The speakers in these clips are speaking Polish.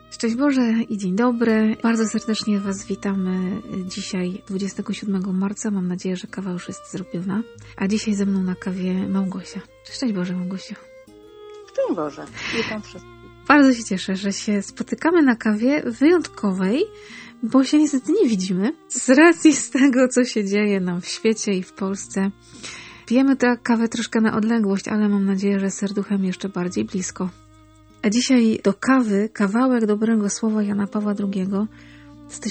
Szczęść Boże i dzień dobry. Bardzo serdecznie Was witamy dzisiaj 27 marca. Mam nadzieję, że kawa już jest zrobiona. A dzisiaj ze mną na kawie Małgosia. Szczęść Boże, Małgosiu. Szczęść Boże. Witam wszystkich. Bardzo się cieszę, że się spotykamy na kawie wyjątkowej, bo się niestety nie widzimy. Z racji z tego, co się dzieje nam w świecie i w Polsce. Pijemy tę kawę troszkę na odległość, ale mam nadzieję, że serduchem jeszcze bardziej blisko. A dzisiaj do kawy kawałek dobrego słowa Jana Pawła II z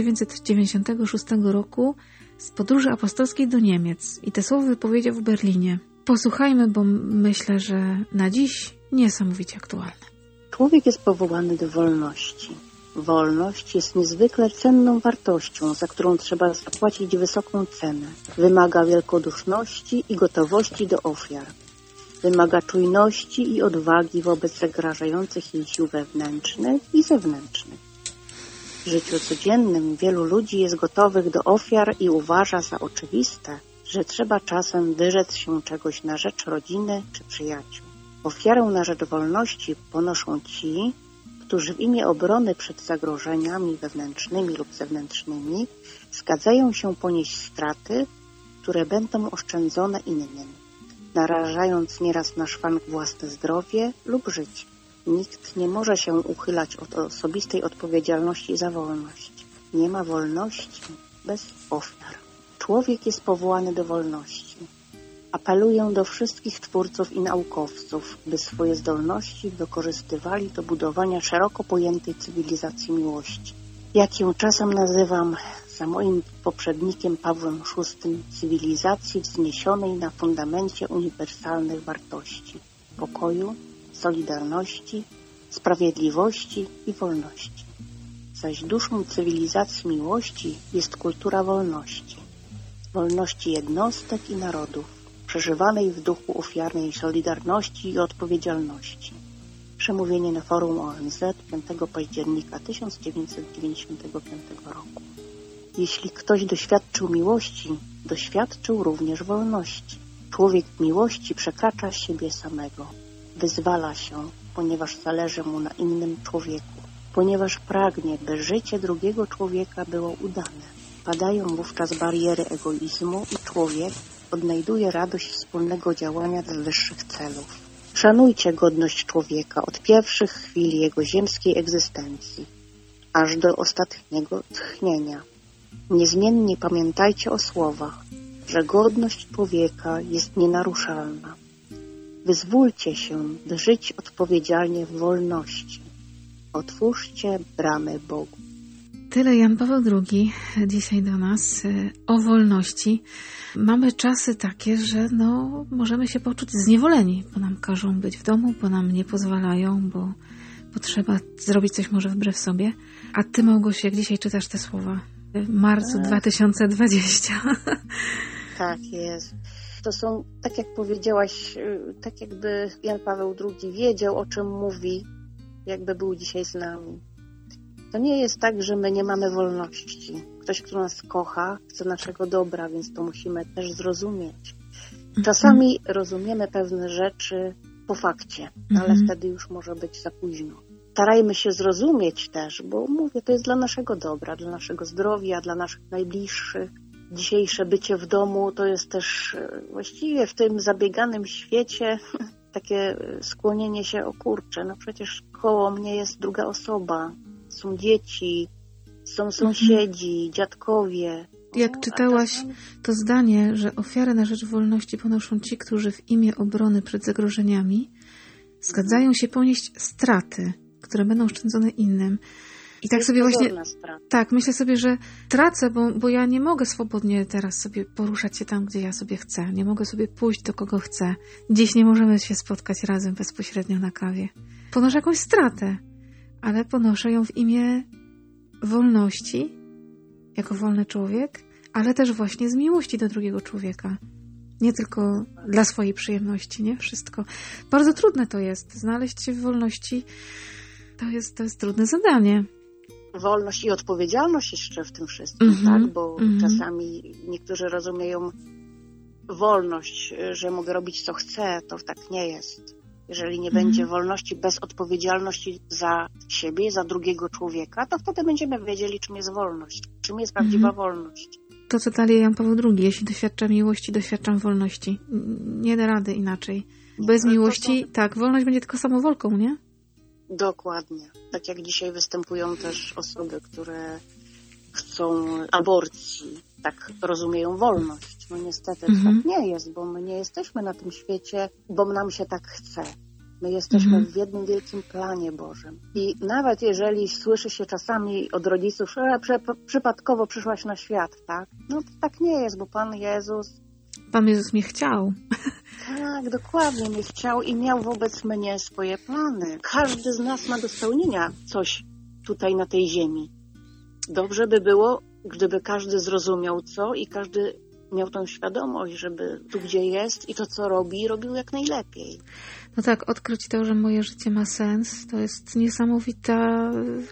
1996 roku z podróży apostolskiej do Niemiec. I te słowa wypowiedział w Berlinie. Posłuchajmy, bo myślę, że na dziś niesamowicie aktualne. Człowiek jest powołany do wolności. Wolność jest niezwykle cenną wartością, za którą trzeba zapłacić wysoką cenę. Wymaga wielkoduszności i gotowości do ofiar. Wymaga czujności i odwagi wobec zagrażających jej sił wewnętrznych i zewnętrznych. W życiu codziennym wielu ludzi jest gotowych do ofiar i uważa za oczywiste, że trzeba czasem wyrzec się czegoś na rzecz rodziny czy przyjaciół. Ofiarę na rzecz wolności ponoszą ci, którzy w imię obrony przed zagrożeniami wewnętrznymi lub zewnętrznymi zgadzają się ponieść straty, które będą oszczędzone innym, narażając nieraz na szwank własne zdrowie lub życie. Nikt nie może się uchylać od osobistej odpowiedzialności za wolność. Nie ma wolności bez ofiar. Człowiek jest powołany do wolności. Apeluję do wszystkich twórców i naukowców, by swoje zdolności wykorzystywali do budowania szeroko pojętej cywilizacji miłości. Jak ją czasem nazywam, za moim poprzednikiem Pawłem VI, cywilizacji wzniesionej na fundamencie uniwersalnych wartości, pokoju, solidarności, sprawiedliwości i wolności. Zaś duszą cywilizacji miłości jest kultura wolności. Wolności jednostek i narodów, przeżywanej w duchu ofiarnej solidarności i odpowiedzialności. Przemówienie na forum ONZ 5 października 1995 roku. Jeśli ktoś doświadczył miłości, doświadczył również wolności. Człowiek miłości przekracza siebie samego. Wyzwala się, ponieważ zależy mu na innym człowieku. Ponieważ pragnie, by życie drugiego człowieka było udane. Padają wówczas bariery egoizmu i człowiek odnajduje radość wspólnego działania dla wyższych celów. Szanujcie godność człowieka od pierwszych chwil jego ziemskiej egzystencji, aż do ostatniego tchnienia. Niezmiennie pamiętajcie o słowach, że godność człowieka jest nienaruszalna. Wyzwólcie się, by żyć odpowiedzialnie w wolności. Otwórzcie bramy Bogu. Tyle Jan Paweł II dzisiaj do nas o wolności. Mamy czasy takie, że możemy się poczuć zniewoleni, bo nam każą być w domu, bo nam nie pozwalają, bo trzeba zrobić coś może wbrew sobie. A Ty, Małgosiu, jak dzisiaj czytasz te słowa? W marcu 2020. Tak jest. To są, tak jak powiedziałaś, tak jakby Jan Paweł II wiedział, o czym mówi, jakby był dzisiaj z nami. To nie jest tak, że my nie mamy wolności. Ktoś, kto nas kocha, chce naszego dobra, więc to musimy też zrozumieć. Czasami rozumiemy pewne rzeczy po fakcie, ale wtedy już może być za późno. Starajmy się zrozumieć też, bo mówię, to jest dla naszego dobra, dla naszego zdrowia, dla naszych najbliższych. Dzisiejsze bycie w domu to jest też właściwie w tym zabieganym świecie takie skłonienie się, o kurczę, no przecież koło mnie jest druga osoba. Są dzieci, są sąsiedzi, dziadkowie. Jak czytałaś to zdanie, że ofiarę na rzecz wolności ponoszą ci, którzy w imię obrony przed zagrożeniami zgadzają się ponieść straty, które będą oszczędzone innym. I tak sobie właśnie, tak, myślę sobie, że tracę, bo ja nie mogę swobodnie teraz sobie poruszać się tam, gdzie ja sobie chcę. Nie mogę sobie pójść do kogo chcę. Dziś nie możemy się spotkać razem bezpośrednio na kawie. Ponoszę jakąś stratę, ale ponoszę ją w imię wolności, jako wolny człowiek, ale też właśnie z miłości do drugiego człowieka. Nie tylko dla swojej przyjemności, nie? Wszystko. Bardzo trudne to jest. Znaleźć się w wolności to jest trudne zadanie. Wolność i odpowiedzialność jeszcze w tym wszystkim, tak? Bo czasami niektórzy rozumieją wolność, że mogę robić co chcę, to tak nie jest. Jeżeli nie będzie wolności bez odpowiedzialności za siebie, za drugiego człowieka, to wtedy będziemy wiedzieli, czym jest wolność, czym jest prawdziwa wolność. To, co dalej Jan Paweł II, jeśli doświadczam miłości, doświadczam wolności. Nie da rady inaczej. Bez miłości, tak, wolność będzie tylko samowolką, nie? Dokładnie. Tak jak dzisiaj występują też osoby, które chcą aborcji, tak rozumieją wolność. No niestety tak nie jest, bo my nie jesteśmy na tym świecie, bo nam się tak chce. My jesteśmy w jednym wielkim planie Bożym. I nawet jeżeli słyszy się czasami od rodziców, że przypadkowo przyszłaś na świat, tak? No to tak nie jest, bo Pan Jezus mnie chciał. Tak, dokładnie mnie chciał i miał wobec mnie swoje plany. Każdy z nas ma do spełnienia coś tutaj na tej ziemi. Dobrze by było, gdyby każdy zrozumiał co i każdy miał tą świadomość, żeby tu, gdzie jest i to, co robi, robił jak najlepiej. No tak, odkryć to, że moje życie ma sens, to jest niesamowita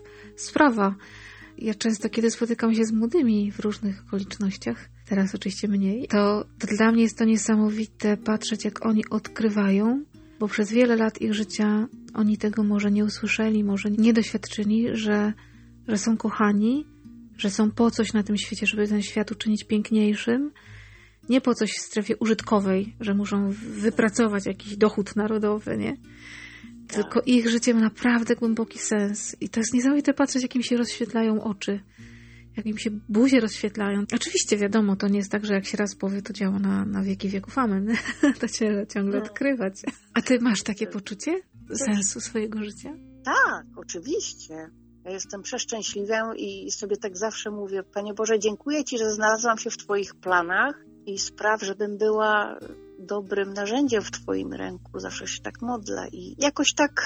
sprawa. Ja często, kiedy spotykam się z młodymi w różnych okolicznościach, teraz oczywiście mniej, to dla mnie jest to niesamowite patrzeć, jak oni odkrywają, bo przez wiele lat ich życia oni tego może nie usłyszeli, może nie doświadczyli, że są kochani, że są po coś na tym świecie, żeby ten świat uczynić piękniejszym, nie po coś w strefie użytkowej, że muszą wypracować jakiś dochód narodowy, nie? Tylko ich życie ma naprawdę głęboki sens. I to jest niesamowite patrzeć, jak im się rozświetlają oczy, jak im się buzie rozświetlają. Oczywiście wiadomo, to nie jest tak, że jak się raz powie, to działa na wieki wieków. Amen. To trzeba ciągle odkrywać. A ty masz takie poczucie sensu swojego życia? Tak, oczywiście. Ja jestem przeszczęśliwa i sobie tak zawsze mówię, Panie Boże, dziękuję Ci, że znalazłam się w Twoich planach i spraw, żebym była dobrym narzędziem w Twoim ręku. Zawsze się tak modlę i jakoś tak,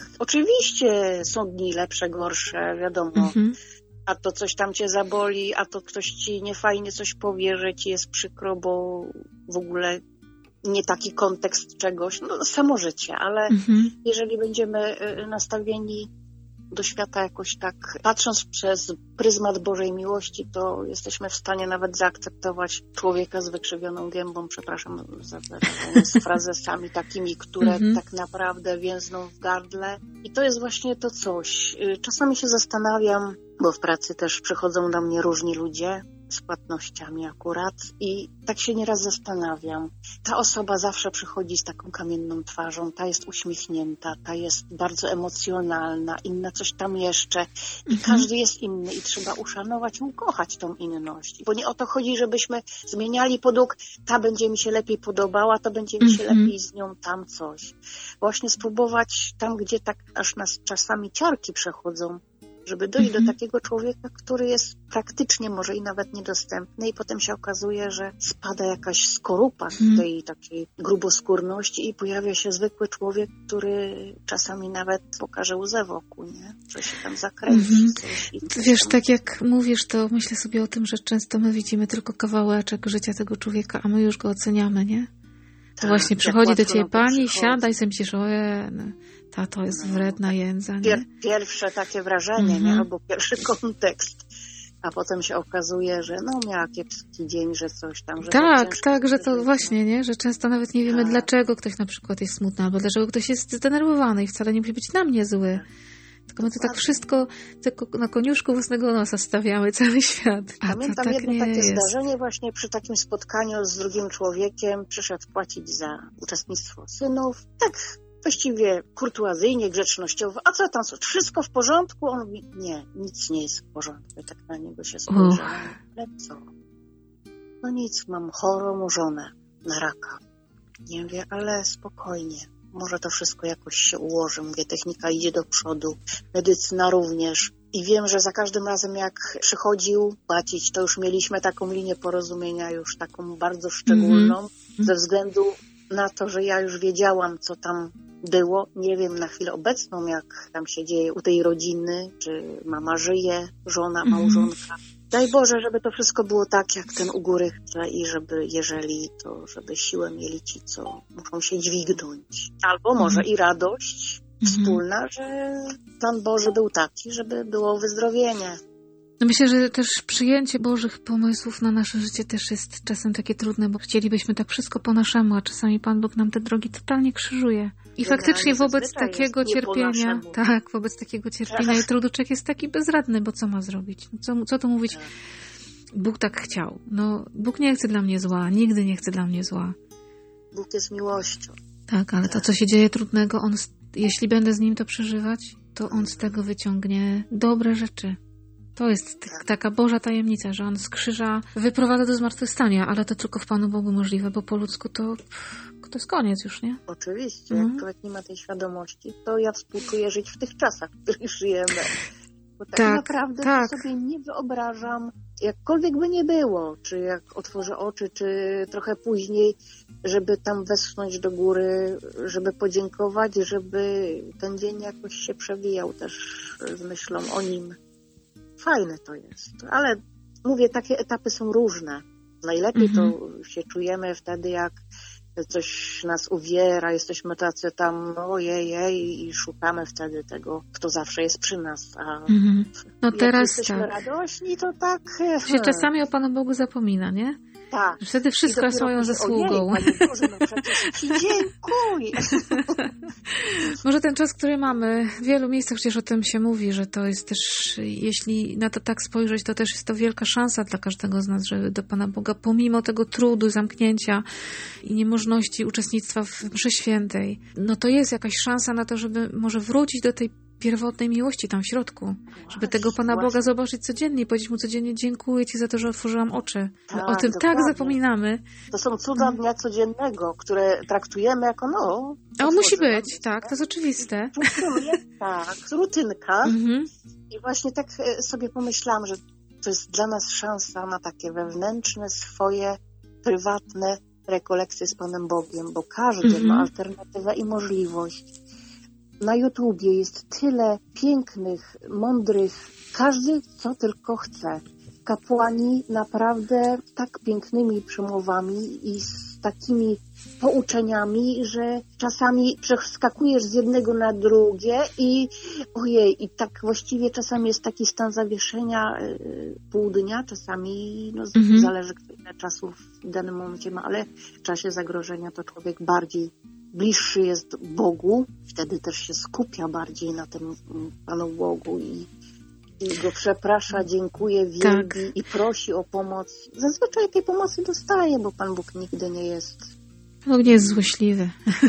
oczywiście są dni lepsze, gorsze, wiadomo, a to coś tam Cię zaboli, a to ktoś Ci niefajnie coś powie, że Ci jest przykro, bo w ogóle nie taki kontekst czegoś, no samo życie, ale jeżeli będziemy nastawieni do świata jakoś tak, patrząc przez pryzmat Bożej miłości, to jesteśmy w stanie nawet zaakceptować człowieka z wykrzywioną gębą, przepraszam za z frazesami takimi, które tak naprawdę więzną w gardle. I to jest właśnie to coś. Czasami się zastanawiam, bo w pracy też przychodzą do mnie różni ludzie z płatnościami akurat i tak się nieraz zastanawiam. Ta osoba zawsze przychodzi z taką kamienną twarzą, ta jest uśmiechnięta, ta jest bardzo emocjonalna, inna coś tam jeszcze i każdy jest inny i trzeba uszanować i ukochać tą inność. Bo nie o to chodzi, żebyśmy zmieniali podług, ta będzie mi się lepiej podobała, to będzie mi się lepiej z nią tam coś. Właśnie spróbować tam, gdzie tak aż nas czasami ciarki przechodzą, żeby dojść do takiego człowieka, który jest praktycznie może i nawet niedostępny i potem się okazuje, że spada jakaś skorupa tej takiej gruboskórności i pojawia się zwykły człowiek, który czasami nawet pokaże łzę wokół, nie? Coś się tam zakręci. Wiesz, tak jak mówisz, to myślę sobie o tym, że często my widzimy tylko kawałeczek życia tego człowieka, a my już go oceniamy, nie? To właśnie przychodzi do ciebie pani, siada i sobie myślisz, to jest wredna jędza, nie? Pierwsze takie wrażenie, nie? Albo pierwszy kontekst. A potem się okazuje, że miała kiepski dzień, że coś tam. Że tak, że to właśnie, nie? Że często nawet nie wiemy, dlaczego ktoś na przykład jest smutny, albo dlaczego ktoś jest zdenerwowany i wcale nie musi być na mnie zły. Tylko my to tak wszystko tylko na koniuszku własnego nosa stawiamy cały świat. Pamiętam tak jedno takie jest. zdarzenie właśnie przy takim spotkaniu z drugim człowiekiem. Przyszedł płacić za uczestnictwo synów. Tak właściwie kurtuazyjnie, grzecznościowo. A co tam? Wszystko w porządku? On mówi, nie, nic nie jest w porządku. I tak na niego się spojrzałem. Ale co? No nic, mam chorą żonę na raka. Nie wiem, ale spokojnie. Może to wszystko jakoś się ułoży. Mówię, technika idzie do przodu, medycyna również. I wiem, że za każdym razem jak przychodził płacić, to już mieliśmy taką linię porozumienia, już taką bardzo szczególną, ze względu na to, że ja już wiedziałam, co tam było. Nie wiem na chwilę obecną, jak tam się dzieje u tej rodziny, czy mama żyje, żona, małżonka. Daj Boże, żeby to wszystko było tak, jak ten u góry chce i żeby, jeżeli, to żeby siłę mieli ci, co muszą się dźwignąć. Albo może i radość wspólna, że plan Boży był taki, żeby było wyzdrowienie. No myślę, że też przyjęcie Bożych pomysłów na nasze życie też jest czasem takie trudne, bo chcielibyśmy tak wszystko po naszemu, a czasami Pan Bóg nam te drogi totalnie krzyżuje. I faktycznie wobec takiego cierpienia, wobec takiego cierpienia i trudu człowiek jest taki bezradny, bo co ma zrobić? Co tu mówić? Bóg tak chciał. No, Bóg nie chce dla mnie zła, nigdy nie chce dla mnie zła. Bóg jest miłością. Tak, ale to, co się dzieje trudnego, jeśli będę z Nim to przeżywać, to On z tego wyciągnie dobre rzeczy. To jest taka Boża tajemnica, że On z krzyża wyprowadza do zmartwychwstania, ale to tylko w Panu Bogu możliwe, bo po ludzku to jest koniec już, nie? Oczywiście, jak człowiek nie ma tej świadomości, to ja współczuję żyć w tych czasach, w których żyjemy. Bo tak naprawdę to sobie nie wyobrażam, jakkolwiek by nie było, czy jak otworzę oczy, czy trochę później, żeby tam westchnąć do góry, żeby podziękować, żeby ten dzień jakoś się przewijał też z myślą o Nim. Fajne to jest, ale mówię, takie etapy są różne. Najlepiej to się czujemy wtedy, jak coś nas uwiera, jesteśmy tacy tam ojej i szukamy wtedy tego, kto zawsze jest przy nas. A no teraz jesteśmy radośni, to tak... Się czasami o Panu Bogu zapomina, nie? Tak. Wtedy wszystko jest swoją zasługą. Ojej, Panie Boże, no przecież Ci dziękuję. Może ten czas, który mamy, w wielu miejscach przecież o tym się mówi, że to jest też, jeśli na to tak spojrzeć, to też jest to wielka szansa dla każdego z nas, żeby do Pana Boga, pomimo tego trudu, zamknięcia i niemożności uczestnictwa w mszy świętej, no to jest jakaś szansa na to, żeby może wrócić do tej pierwotnej miłości tam w środku, żeby tego Pana Boga zobaczyć codziennie i powiedzieć Mu codziennie dziękuję Ci za to, że otworzyłam oczy. No, o tym tak zapominamy. To są cuda dnia codziennego, które traktujemy jako on musi być, tak, to jest oczywiste. Tak, rutynka. I właśnie tak sobie pomyślałam, że to jest dla nas szansa na takie wewnętrzne, swoje, prywatne rekolekcje z Panem Bogiem, bo każdy ma alternatywę i możliwość. Na YouTubie jest tyle pięknych, mądrych, każdy co tylko chce. Kapłani naprawdę tak pięknymi przemowami i z takimi pouczeniami, że czasami przeskakujesz z jednego na drugie i ojej, i tak właściwie czasami jest taki stan zawieszenia pół dnia, czasami zależy ile czasu w danym momencie ma, ale w czasie zagrożenia to człowiek bardziej bliższy jest Bogu, wtedy też się skupia bardziej na tym Panu Bogu i Go przeprasza, dziękuję, wielbi i prosi o pomoc. Zazwyczaj tej pomocy dostaje, bo Pan Bóg nigdy nie jest... Pan Bóg nie jest złośliwy.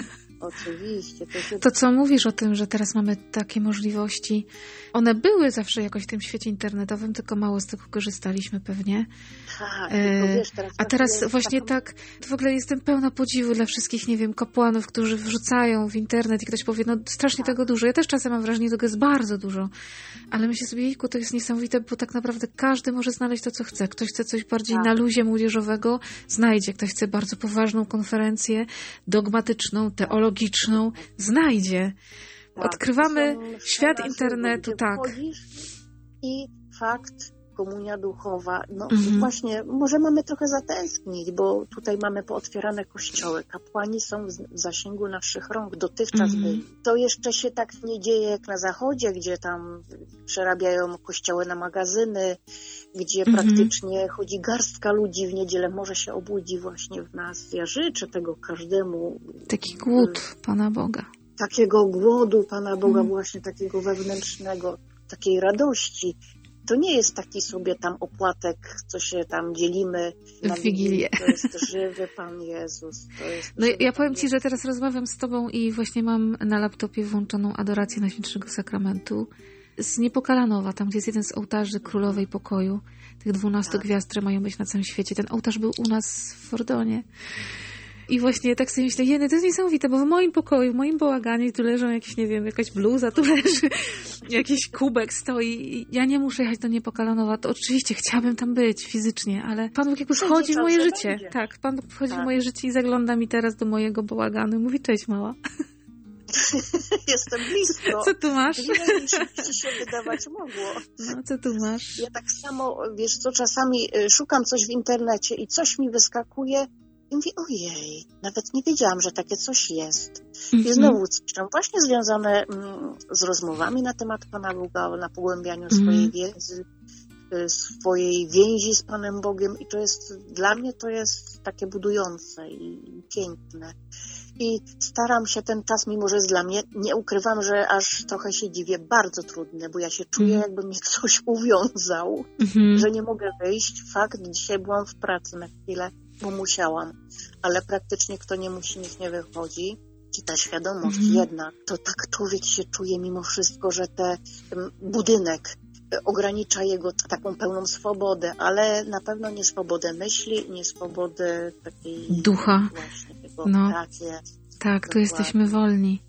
Oczywiście. To, co mówisz o tym, że teraz mamy takie możliwości, one były zawsze jakoś w tym świecie internetowym, tylko mało z tego korzystaliśmy pewnie. Tak, tylko wiesz, a teraz właśnie tak, w ogóle jestem pełna podziwu dla wszystkich, nie wiem, kapłanów, którzy wrzucają w internet i ktoś powie, no strasznie tego dużo. Ja też czasem mam wrażenie, że tego jest bardzo dużo, ale myślę sobie, jejku, to jest niesamowite, bo tak naprawdę każdy może znaleźć to, co chce. Ktoś chce coś bardziej na luzie młodzieżowego, znajdzie. Ktoś chce bardzo poważną konferencję, dogmatyczną, teologiczną, znajdzie. Odkrywamy świat internetu, I fakt, komunia duchowa. No właśnie, może mamy trochę zatęsknić, bo tutaj mamy pootwierane kościoły. Kapłani są w zasięgu naszych rąk, dotychczas byli. To jeszcze się tak nie dzieje jak na zachodzie, gdzie tam przerabiają kościoły na magazyny, gdzie praktycznie chodzi garstka ludzi w niedzielę, może się obudzi właśnie w nas. Ja życzę tego każdemu. Taki głód Pana Boga. Takiego głodu Pana Boga, właśnie takiego wewnętrznego, takiej radości. To nie jest taki sobie tam opłatek, co się tam dzielimy na Wigilię. To jest żywy Pan Jezus. No ja powiem Ci, że teraz rozmawiam z Tobą i właśnie mam na laptopie włączoną adorację Najświętszego Sakramentu z Niepokalanowa, tam gdzie jest jeden z ołtarzy Królowej Pokoju, tych 12 gwiazd, które mają być na całym świecie. Ten ołtarz był u nas w Fordonie. I właśnie tak sobie myślę, to jest niesamowite, bo w moim pokoju, w moim bałaganie, tu leżą jakieś, nie wiem, jakaś bluza, tu leży jakiś kubek stoi. Ja nie muszę jechać do Niepokalanowa. To oczywiście chciałabym tam być fizycznie, ale Pan Bóg jakby wchodzi w moje życie. Będzie. Tak, Pan Bóg wchodzi w moje życie i zagląda mi teraz do mojego bałaganu i mówi, cześć mała. Jestem blisko. Co tu masz? Nie ci się wydawać mogło. No, co tu masz? Ja tak samo, wiesz co, czasami szukam coś w internecie i coś mi wyskakuje i mówię, ojej, nawet nie wiedziałam, że takie coś jest. I znowu coś tam właśnie związane z rozmowami na temat Pana Boga, na pogłębianiu swojej wiedzy. swojej więzi z Panem Bogiem i to jest, dla mnie to jest takie budujące i piękne. I staram się ten czas, mimo że jest dla mnie, nie ukrywam, że aż trochę się dziwię, bardzo trudny, bo ja się czuję, jakby mnie ktoś uwiązał, że nie mogę wyjść. Fakt, dzisiaj byłam w pracy na chwilę, bo musiałam, ale praktycznie kto nie musi, niech nie wychodzi. I ta świadomość jednak, to tak człowiek się czuje mimo wszystko, że ten budynek ogranicza jego taką pełną swobodę, ale na pewno nie swobodę myśli, nie swobodę takiej ducha. Właśnie tego, Tak, tu jesteśmy wolni.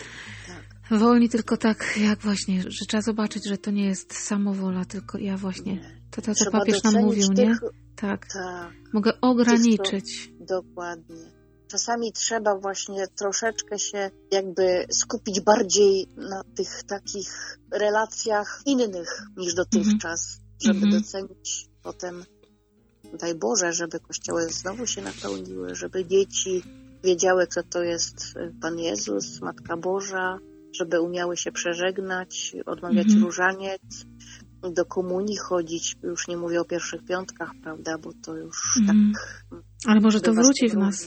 Tak. Wolni tylko tak, jak właśnie, że trzeba zobaczyć, że to nie jest samowola, tylko ja właśnie, to papież nam mówił, nie? Tak. Mogę ograniczyć. Dokładnie. Czasami trzeba właśnie troszeczkę się jakby skupić bardziej na tych takich relacjach innych niż dotychczas, żeby docenić potem, daj Boże, żeby kościoły znowu się napełniły, żeby dzieci wiedziały, kto to jest Pan Jezus, Matka Boża, żeby umiały się przeżegnać, odmawiać różaniec, do komunii chodzić. Już nie mówię o pierwszych piątkach, prawda, bo to już tak... Ale może to wróci w nas.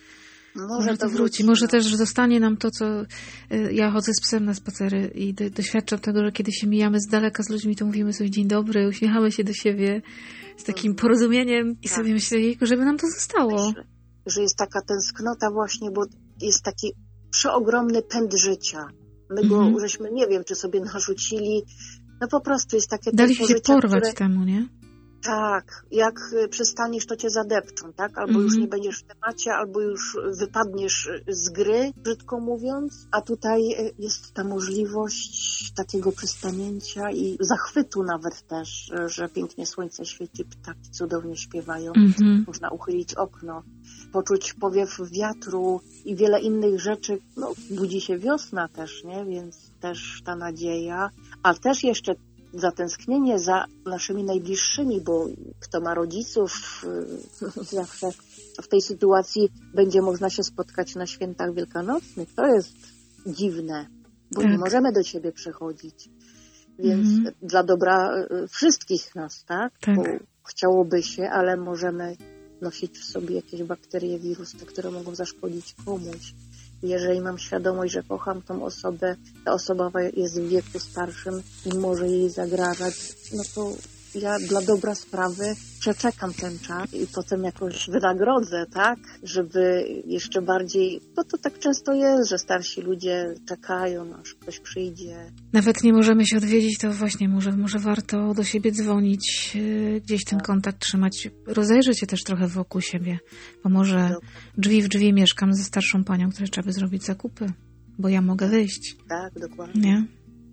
Może to wróci. Może też zostanie nam to, co... Ja chodzę z psem na spacery i doświadczam tego, że kiedy się mijamy z daleka z ludźmi, to mówimy sobie dzień dobry, uśmiechamy się do siebie z takim porozumieniem i sobie myślę, jejku, żeby nam to zostało. Myślę, że jest taka tęsknota właśnie, bo jest taki przeogromny pęd życia. My go, żeśmy, nie wiem, czy sobie narzucili, no po prostu jest takie daliśmy się porwać temu, nie? Tak, jak przystaniesz, to cię zadepczą, tak? Albo już nie będziesz w temacie, albo już wypadniesz z gry, brzydko mówiąc. A tutaj jest ta możliwość takiego przystanięcia i zachwytu nawet też, że pięknie słońce świeci, ptaki cudownie śpiewają. Można uchylić okno, poczuć powiew wiatru i wiele innych rzeczy. No, budzi się wiosna też, nie? Więc też ta nadzieja, a też jeszcze zatęsknienie za naszymi najbliższymi, bo kto ma rodziców, zawsze w tej sytuacji będzie można się spotkać na świętach wielkanocnych. To jest dziwne, bo nie możemy do siebie przychodzić. Więc dla dobra wszystkich nas, tak? Bo chciałoby się, ale możemy nosić w sobie jakieś bakterie, wirusy, które mogą zaszkodzić komuś. Jeżeli mam świadomość, że kocham tą osobę, ta osoba jest w wieku starszym i może jej zagrażać, no to ja dla dobra sprawy przeczekam ten czas i potem jakoś wynagrodzę, tak? Żeby jeszcze bardziej, bo to tak często jest, że starsi ludzie czekają, aż ktoś przyjdzie. Nawet nie możemy się odwiedzić, to właśnie może warto do siebie dzwonić, gdzieś ten kontakt trzymać, rozejrzeć się też trochę wokół siebie, bo może drzwi w drzwi mieszkam ze starszą panią, która trzeba by zrobić zakupy, bo ja mogę wyjść. Tak, dokładnie. Nie?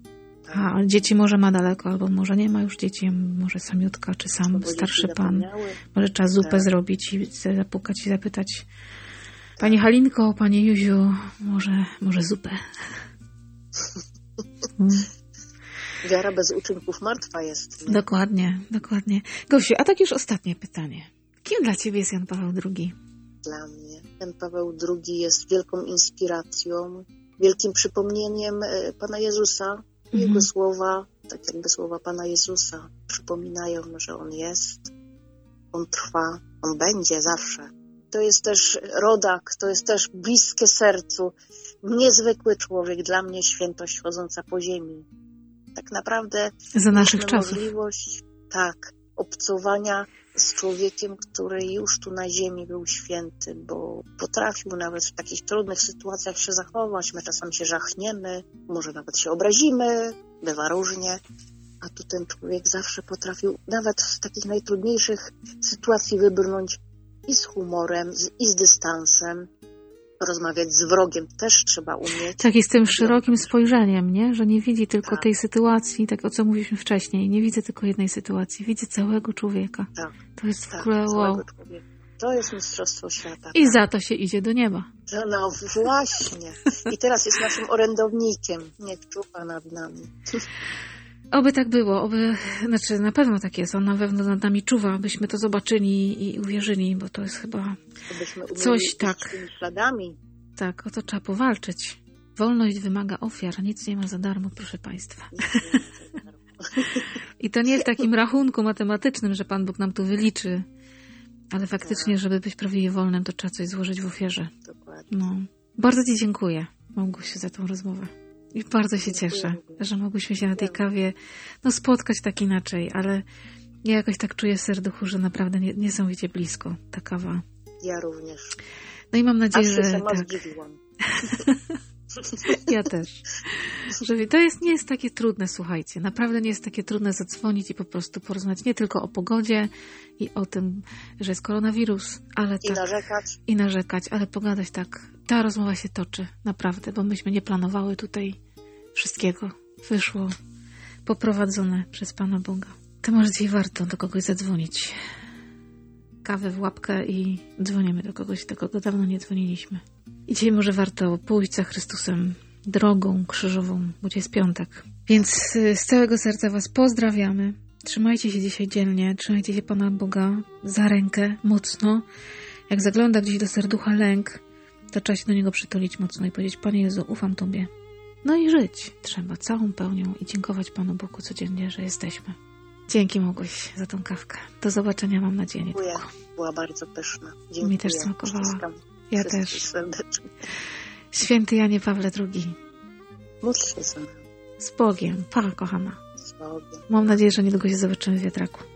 A dzieci może ma daleko, albo może nie ma już dzieci, może samiutka, czy sam starszy pan. Może trzeba zupę zrobić i zapukać i zapytać: Pani Halinko, Panie Józiu, może zupę? Wiara bez uczynków martwa jest. Nie? Dokładnie. Gosiu, a tak już ostatnie pytanie. Kim dla ciebie jest Jan Paweł II? Dla mnie Jan Paweł II jest wielką inspiracją, wielkim przypomnieniem Pana Jezusa. Jego słowa, tak jakby słowa Pana Jezusa, przypominają, że On jest, On trwa, On będzie zawsze. To jest też rodak, to jest też bliskie sercu, niezwykły człowiek, dla mnie świętość chodząca po ziemi. Tak naprawdę za naszych czasów. Możliwość, obcowania z człowiekiem, który już tu na ziemi był święty, bo potrafił nawet w takich trudnych sytuacjach się zachować. My czasem się żachniemy, może nawet się obrazimy, bywa różnie, a tu ten człowiek zawsze potrafił nawet w takich najtrudniejszych sytuacji wybrnąć i z humorem, i z dystansem. Rozmawiać z wrogiem też trzeba umieć. Tak, i z tym szerokim spojrzeniem, nie? Że nie widzi tylko tej sytuacji, tak o co mówiliśmy wcześniej. Nie widzę tylko jednej sytuacji, widzę całego człowieka. To jest w ogóle wow. To jest mistrzostwo świata. I za to się idzie do nieba. No właśnie. I teraz jest naszym orędownikiem. Niech czuwa nad nami. Oby tak było, na pewno tak jest, on na pewno nad nami czuwa, abyśmy to zobaczyli i uwierzyli, bo to jest chyba coś śladami. Tak, o to trzeba powalczyć. Wolność wymaga ofiar, nic nie ma za darmo, proszę Państwa. I to nie w takim rachunku matematycznym, że Pan Bóg nam tu wyliczy, ale faktycznie, żeby być prawdziwie wolnym, to trzeba coś złożyć w ofierze. Dokładnie. No. Bardzo Ci dziękuję, Małgosiu, za tą rozmowę. I bardzo się cieszę, że mogłyśmy się na tej kawie spotkać tak inaczej, ale ja jakoś tak czuję w serduchu, że naprawdę niesamowicie blisko ta kawa. Ja również. No i mam nadzieję, że sama tak. zdziwiłam. Ja też. Że to nie jest takie trudne, słuchajcie. Naprawdę nie jest takie trudne zadzwonić i po prostu porozmawiać nie tylko o pogodzie i o tym, że jest koronawirus, ale I tak. narzekać. I narzekać, ale pogadać tak. Ta rozmowa się toczy, naprawdę, bo myśmy nie planowały tutaj wszystkiego. Wyszło poprowadzone przez Pana Boga. To może dzisiaj warto do kogoś zadzwonić. Kawę w łapkę i dzwonimy do kogoś, do kogo dawno nie dzwoniliśmy. I dzisiaj może warto pójść za Chrystusem drogą krzyżową, bo dzisiaj jest piątek. Więc z całego serca Was pozdrawiamy. Trzymajcie się dzisiaj dzielnie, trzymajcie się Pana Boga za rękę mocno. Jak zagląda gdzieś do serducha lęk, to trzeba się do Niego przytulić mocno i powiedzieć: Panie Jezu, ufam Tobie. No i żyć trzeba całą pełnią i dziękować Panu Bogu codziennie, że jesteśmy. Dzięki, Małgoś, za tą kawkę. Do zobaczenia, mam nadzieję. Dziękuję. Była bardzo pyszna. Dziękuję. Mi też smakowała. Ja też. Serdecznie. Święty Janie Pawle II. Módl się za nami. Z Bogiem. Pa, kochana. Z Bogiem. Mam nadzieję, że niedługo się zobaczymy w wiatraku.